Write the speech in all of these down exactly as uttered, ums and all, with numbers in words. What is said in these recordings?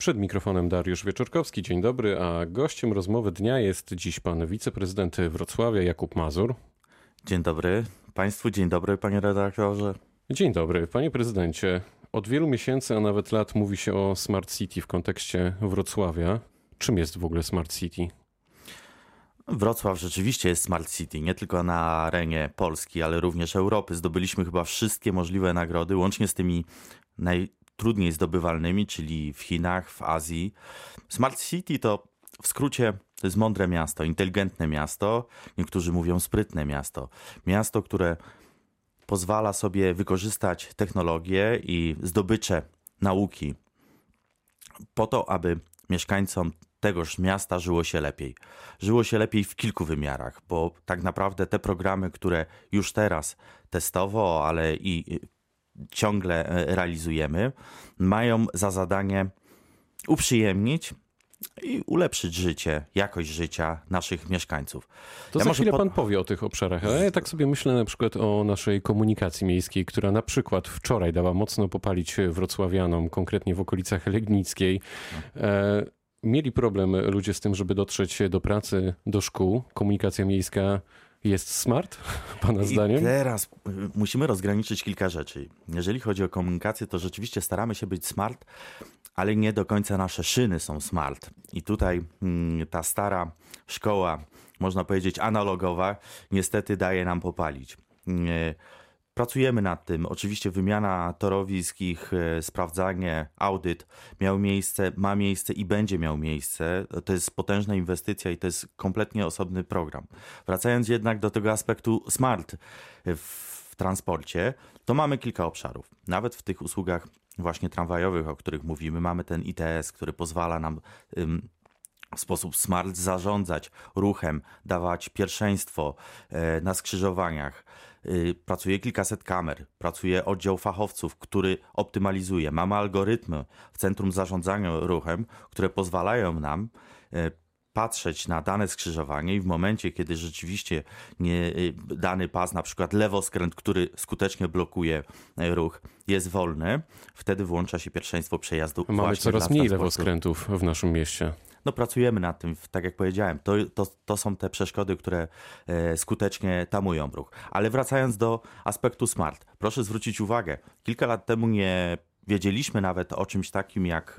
Przed mikrofonem Dariusz Wieczorkowski. Dzień dobry, a gościem rozmowy dnia jest dziś pan wiceprezydent Wrocławia Jakub Mazur. Dzień dobry Państwu, dzień dobry panie redaktorze. Dzień dobry, panie prezydencie. Od wielu miesięcy, a nawet lat mówi się o Smart City w kontekście Wrocławia. Czym jest w ogóle Smart City? Wrocław rzeczywiście jest Smart City, nie tylko na arenie Polski, ale również Europy. Zdobyliśmy chyba wszystkie możliwe nagrody, łącznie z tymi najtrudniej zdobywalnymi, czyli w Chinach, w Azji. Smart City to w skrócie to jest mądre miasto, inteligentne miasto, niektórzy mówią sprytne miasto. Miasto, które pozwala sobie wykorzystać technologię i zdobycze nauki po to, aby mieszkańcom tegoż miasta żyło się lepiej. Żyło się lepiej w kilku wymiarach, bo tak naprawdę te programy, które już teraz testowo, ale i ciągle realizujemy, mają za zadanie uprzyjemnić i ulepszyć życie, jakość życia naszych mieszkańców. To ja za chwilę po... pan powie o tych obszarach, ale ja tak sobie myślę na przykład o naszej komunikacji miejskiej, która na przykład wczoraj dała mocno popalić wrocławianom, konkretnie w okolicach Legnickiej. E, mieli problem ludzie z tym, żeby dotrzeć do pracy, do szkół. Komunikacja miejska jest smart, pana zdaniem? I teraz musimy rozgraniczyć kilka rzeczy. Jeżeli chodzi o komunikację, to rzeczywiście staramy się być smart, ale nie do końca nasze szyny są smart. I tutaj ta stara szkoła, można powiedzieć analogowa, niestety daje nam popalić. Pracujemy nad tym. Oczywiście wymiana torowisk, ich sprawdzanie, audyt miał miejsce, ma miejsce i będzie miał miejsce. To jest potężna inwestycja i to jest kompletnie osobny program. Wracając jednak do tego aspektu smart w transporcie, to mamy kilka obszarów. Nawet w tych usługach właśnie tramwajowych, o których mówimy, mamy ten I T S, który pozwala nam ym, w sposób smart zarządzać ruchem, dawać pierwszeństwo e, na skrzyżowaniach. E, pracuje kilkaset kamer, pracuje oddział fachowców, który optymalizuje. Mamy algorytmy w Centrum Zarządzania Ruchem, które pozwalają nam e, patrzeć na dane skrzyżowanie i w momencie, kiedy rzeczywiście nie, dany pas, na przykład lewoskręt, który skutecznie blokuje ruch, jest wolny, wtedy włącza się pierwszeństwo przejazdu. Mamy coraz mniej lewoskrętów w naszym mieście. No pracujemy nad tym, tak jak powiedziałem, to, to, to są te przeszkody, które e, skutecznie tamują ruch. Ale wracając do aspektu smart, proszę zwrócić uwagę, kilka lat temu nie wiedzieliśmy nawet o czymś takim jak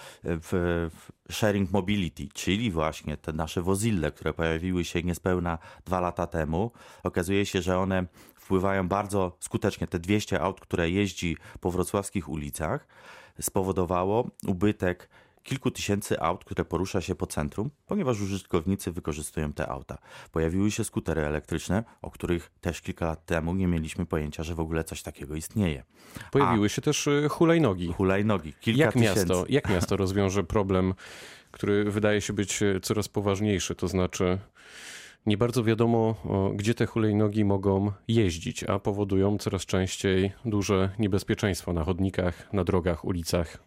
w sharing mobility, czyli właśnie te nasze wozille, które pojawiły się niespełna dwa lata temu. Okazuje się, że one wpływają bardzo skutecznie. Te dwieście aut, które jeździ po wrocławskich ulicach, spowodowało ubytek kilku tysięcy aut, które porusza się po centrum, ponieważ użytkownicy wykorzystują te auta. Pojawiły się skutery elektryczne, o których też kilka lat temu nie mieliśmy pojęcia, że w ogóle coś takiego istnieje. Pojawiły A, się też hulajnogi. Hulajnogi, kilka jak tysięcy. Miasto, jak miasto rozwiąże problem, który wydaje się być coraz poważniejszy, to znaczy nie bardzo wiadomo, gdzie te hulajnogi mogą jeździć, a powodują coraz częściej duże niebezpieczeństwo na chodnikach, na drogach, ulicach.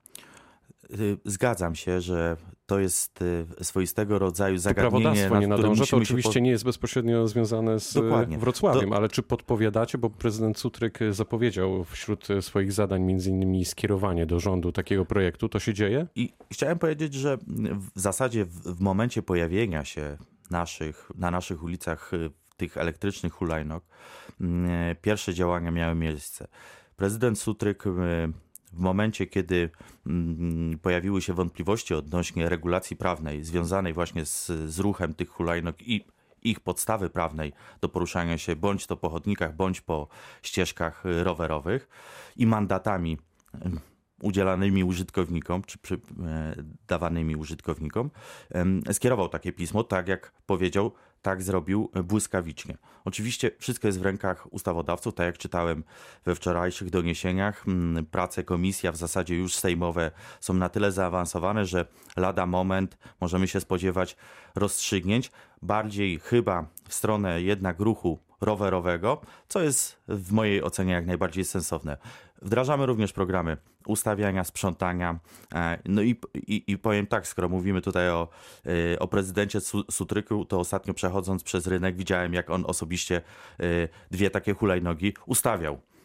Zgadzam się, że to jest swoistego rodzaju zagadnienie. To prawodawstwo nie nadąża, to oczywiście po... nie jest bezpośrednio związane z Dokładnie. Wrocławiem, Do... ale czy podpowiadacie, bo prezydent Sutryk zapowiedział wśród swoich zadań między innymi skierowanie do rządu takiego projektu, to się dzieje? I chciałem powiedzieć, że w zasadzie w, w momencie pojawienia się naszych, na naszych ulicach tych elektrycznych hulajnóg, pierwsze działania miały miejsce. Prezydent Sutryk w momencie, kiedy pojawiły się wątpliwości odnośnie regulacji prawnej związanej właśnie z, z ruchem tych hulajnóg i ich podstawy prawnej do poruszania się bądź to po chodnikach, bądź po ścieżkach rowerowych i mandatami udzielanymi użytkownikom, czy przy, e, dawanymi użytkownikom, e, skierował takie pismo, tak jak powiedział, tak zrobił błyskawicznie. Oczywiście wszystko jest w rękach ustawodawców, tak jak czytałem we wczorajszych doniesieniach. M, prace komisji, a w zasadzie już sejmowe są na tyle zaawansowane, że lada moment możemy się spodziewać rozstrzygnięć, bardziej chyba w stronę jednak ruchu rowerowego, co jest w mojej ocenie jak najbardziej sensowne. Wdrażamy również programy ustawiania, sprzątania. No i, i, i powiem tak, skoro mówimy tutaj o, o prezydencie Sutryku, to ostatnio przechodząc przez rynek widziałem, jak on osobiście dwie takie hulajnogi ustawiał.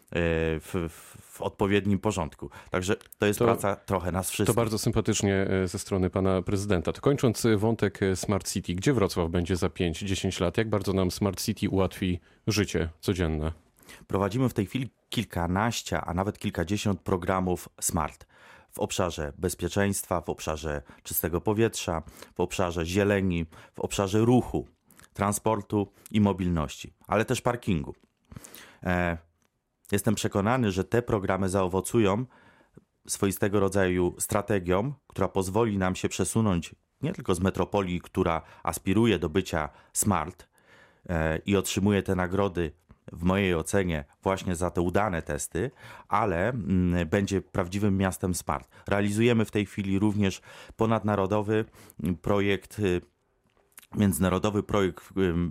w, w odpowiednim porządku. Także to jest to, praca trochę nas wszystkich. To bardzo sympatycznie ze strony pana prezydenta. To kończąc wątek Smart City, gdzie Wrocław będzie za pięć dziesięć lat? Jak bardzo nam Smart City ułatwi życie codzienne? Prowadzimy w tej chwili kilkanaście, a nawet kilkadziesiąt programów Smart. W obszarze bezpieczeństwa, w obszarze czystego powietrza, w obszarze zieleni, w obszarze ruchu, transportu i mobilności, ale też parkingu. E, jestem przekonany, że te programy zaowocują swoistego rodzaju strategią, która pozwoli nam się przesunąć nie tylko z metropolii, która aspiruje do bycia smart e, i otrzymuje te nagrody w mojej ocenie właśnie za te udane testy, ale mm, będzie prawdziwym miastem smart. Realizujemy w tej chwili również ponadnarodowy projekt, międzynarodowy projekt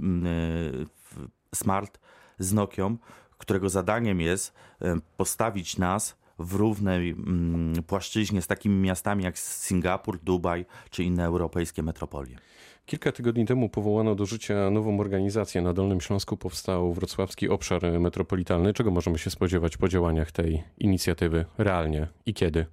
Smart z Nokią, którego zadaniem jest postawić nas w równej mm, płaszczyźnie z takimi miastami jak Singapur, Dubaj czy inne europejskie metropolie. Kilka tygodni temu powołano do życia nową organizację. Na Dolnym Śląsku powstał Wrocławski Obszar Metropolitalny. Czego możemy się spodziewać po działaniach tej inicjatywy realnie i kiedy?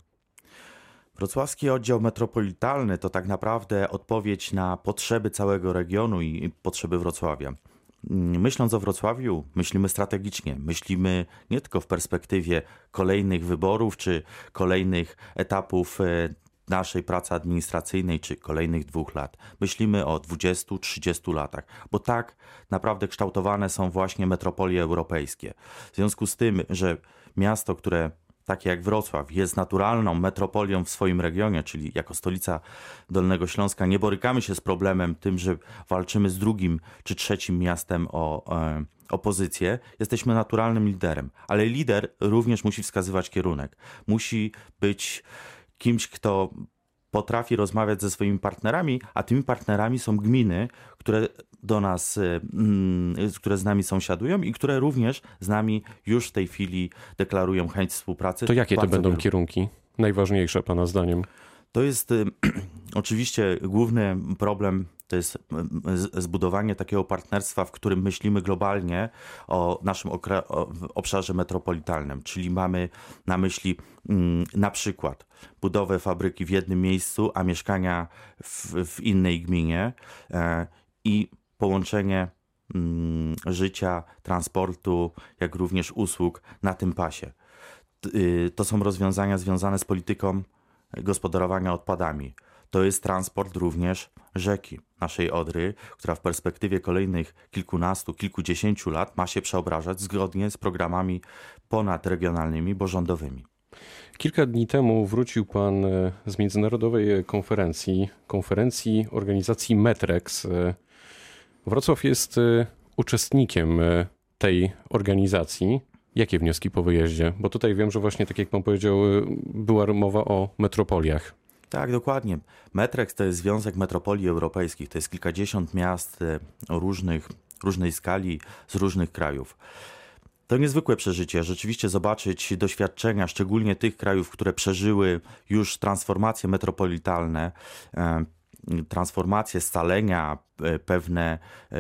Wrocławski Oddział Metropolitalny to tak naprawdę odpowiedź na potrzeby całego regionu i potrzeby Wrocławia. Myśląc o Wrocławiu, myślimy strategicznie. Myślimy nie tylko w perspektywie kolejnych wyborów czy kolejnych etapów naszej pracy administracyjnej czy kolejnych dwóch lat. Myślimy o dwudziestu, trzydziestu latach, bo tak naprawdę kształtowane są właśnie metropolie europejskie. W związku z tym, że miasto, które takie jak Wrocław jest naturalną metropolią w swoim regionie, czyli jako stolica Dolnego Śląska, nie borykamy się z problemem tym, że walczymy z drugim czy trzecim miastem o e, opozycję. Jesteśmy naturalnym liderem, ale lider również musi wskazywać kierunek. Musi być kimś, kto potrafi rozmawiać ze swoimi partnerami, a tymi partnerami są gminy, które do nas, które z nami sąsiadują i które również z nami już w tej chwili deklarują chęć współpracy. To jakie to będą wielu. kierunki najważniejsze pana zdaniem? To jest y, oczywiście główny problem, to jest zbudowanie takiego partnerstwa, w którym myślimy globalnie o naszym okre- o obszarze metropolitalnym, czyli mamy na myśli mm, na przykład budowę fabryki w jednym miejscu, a mieszkania w, w innej gminie e, i połączenie mm, życia, transportu, jak również usług na tym pasie. T, y, to są rozwiązania związane z polityką gospodarowania odpadami. To jest transport również rzeki, naszej Odry, która w perspektywie kolejnych kilkunastu, kilkudziesięciu lat ma się przeobrażać zgodnie z programami ponadregionalnymi, bo rządowymi. Kilka dni temu wrócił pan z międzynarodowej konferencji, konferencji organizacji Metrex. Wrocław jest uczestnikiem tej organizacji. Jakie wnioski po wyjeździe? Bo tutaj wiem, że właśnie tak jak pan powiedział, była mowa o metropoliach. Tak, dokładnie. Metrex to jest Związek Metropolii Europejskich. To jest kilkadziesiąt miast o różnych, różnej skali z różnych krajów. To niezwykłe przeżycie. Rzeczywiście zobaczyć doświadczenia, szczególnie tych krajów, które przeżyły już transformacje metropolitalne, transformacje, scalenia, pewne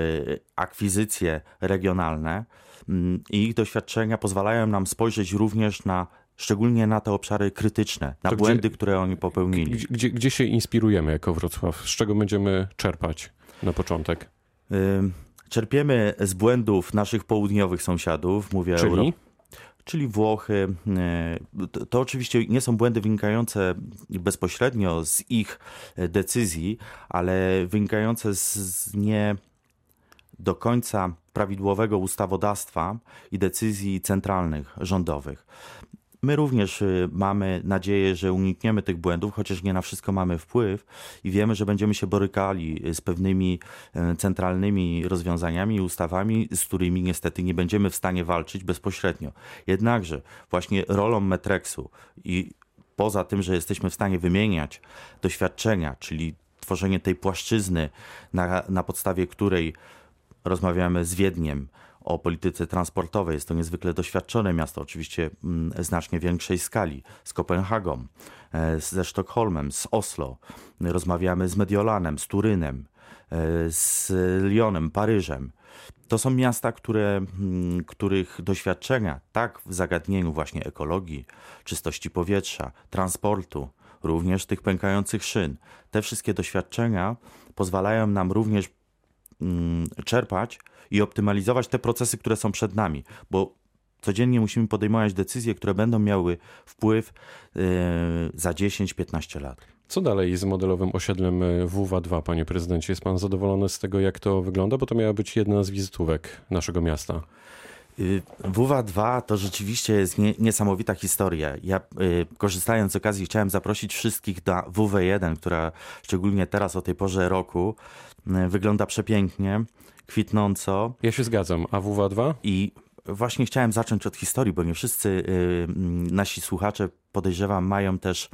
akwizycje regionalne. I ich doświadczenia pozwalają nam spojrzeć również na szczególnie na te obszary krytyczne, na to błędy, gdzie, które oni popełnili. Gdzie, gdzie, gdzie się inspirujemy jako Wrocław? Z czego będziemy czerpać na początek? Yy, czerpiemy z błędów naszych południowych sąsiadów, mówię Czyli? Euro... Czyli Włochy. Yy, to, to oczywiście nie są błędy wynikające bezpośrednio z ich decyzji, ale wynikające z, z nie do końca prawidłowego ustawodawstwa i decyzji centralnych, rządowych. My również mamy nadzieję, że unikniemy tych błędów, chociaż nie na wszystko mamy wpływ i wiemy, że będziemy się borykali z pewnymi centralnymi rozwiązaniami i ustawami, z którymi niestety nie będziemy w stanie walczyć bezpośrednio. Jednakże właśnie rolą Metrexu i poza tym, że jesteśmy w stanie wymieniać doświadczenia, czyli tworzenie tej płaszczyzny, na, na podstawie której rozmawiamy z Wiedniem o polityce transportowej. Jest to niezwykle doświadczone miasto, oczywiście znacznie większej skali. Z Kopenhagą, ze Sztokholmem, z Oslo. Rozmawiamy z Mediolanem, z Turynem. z Lyonem, Paryżem. To są miasta, które, których doświadczenia, tak w zagadnieniu właśnie ekologii, czystości powietrza, transportu, również tych pękających szyn. Te wszystkie doświadczenia pozwalają nam również czerpać i optymalizować te procesy, które są przed nami, bo codziennie musimy podejmować decyzje, które będą miały wpływ yy, za dziesięć piętnaście lat. Co dalej z modelowym osiedlem W W A dwa, panie prezydencie? Jest pan zadowolony z tego, jak to wygląda? Bo to miała być jedna z wizytówek naszego miasta. W W A dwa to rzeczywiście jest nie, niesamowita historia. Ja y, korzystając z okazji chciałem zaprosić wszystkich na W W jeden, która szczególnie teraz o tej porze roku y, wygląda przepięknie, kwitnąco. Ja się zgadzam. A W W A dwa? I właśnie chciałem zacząć od historii, bo nie wszyscy y, nasi słuchacze, podejrzewam, mają też y,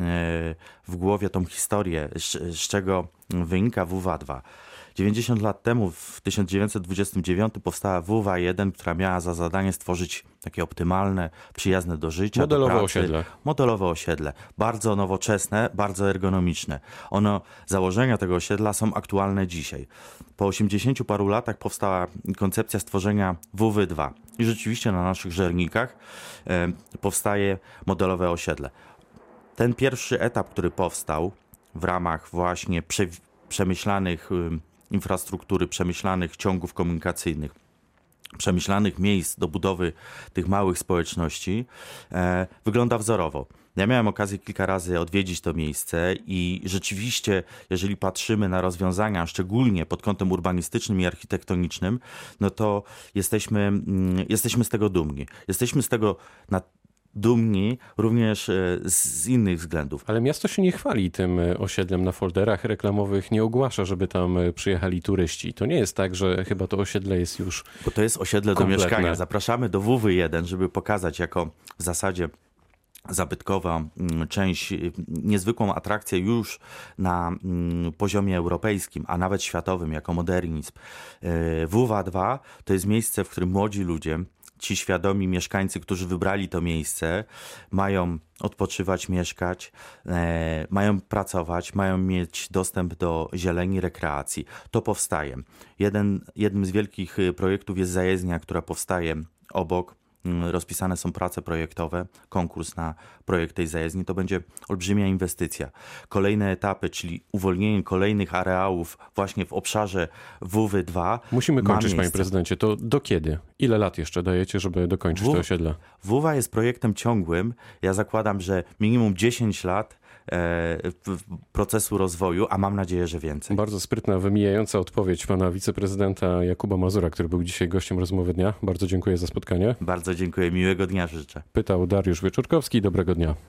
w głowie tą historię, z, z czego wynika W W A dwa. dziewięćdziesiąt lat temu, w tysiąc dziewięćset dwudziestym dziewiątym powstała W W A jeden, która miała za zadanie stworzyć takie optymalne, przyjazne do życia, modelowe do pracy, osiedle. Modelowe osiedle. Bardzo nowoczesne, bardzo ergonomiczne. Ono, założenia tego osiedla są aktualne dzisiaj. Po osiemdziesięciu paru latach powstała koncepcja stworzenia W W dwa. I rzeczywiście na naszych Żernikach e, powstaje modelowe osiedle. Ten pierwszy etap, który powstał w ramach właśnie prze, przemyślanych infrastruktury, przemyślanych ciągów komunikacyjnych, przemyślanych miejsc do budowy tych małych społeczności, e, wygląda wzorowo. Ja miałem okazję kilka razy odwiedzić to miejsce i rzeczywiście, jeżeli patrzymy na rozwiązania, szczególnie pod kątem urbanistycznym i architektonicznym, no to jesteśmy, mm, jesteśmy z tego dumni. Jesteśmy z tego na dumni również z innych względów. Ale miasto się nie chwali tym osiedlem na folderach reklamowych, nie ogłasza, żeby tam przyjechali turyści. To nie jest tak, że chyba to osiedle jest już Bo to jest osiedle kompletne. do mieszkania. Zapraszamy do W W jeden, żeby pokazać jako w zasadzie zabytkowa część, niezwykłą atrakcję już na poziomie europejskim, a nawet światowym jako modernizm. W W A dwa to jest miejsce, w którym młodzi ludzie, ci świadomi mieszkańcy, którzy wybrali to miejsce, mają odpoczywać, mieszkać, e, mają pracować, mają mieć dostęp do zieleni, rekreacji. To powstaje. Jeden, jednym z wielkich projektów jest zajezdnia, która powstaje obok. Rozpisane są prace projektowe, konkurs na projekt tej zajezdni. To będzie olbrzymia inwestycja. Kolejne etapy, czyli uwolnienie kolejnych areałów właśnie w obszarze W W dwa. Musimy kończyć, panie prezydencie. To do kiedy? Ile lat jeszcze dajecie, żeby dokończyć w... to osiedle? W W A jest projektem ciągłym. Ja zakładam, że minimum dziesięć lat procesu rozwoju, a mam nadzieję, że więcej. Bardzo sprytna, wymijająca odpowiedź pana wiceprezydenta Jakuba Mazura, który był dzisiaj gościem Rozmowy Dnia. Bardzo dziękuję za spotkanie. Bardzo dziękuję. Miłego dnia życzę. Pytał Dariusz Wieczorkowski. Dobrego dnia.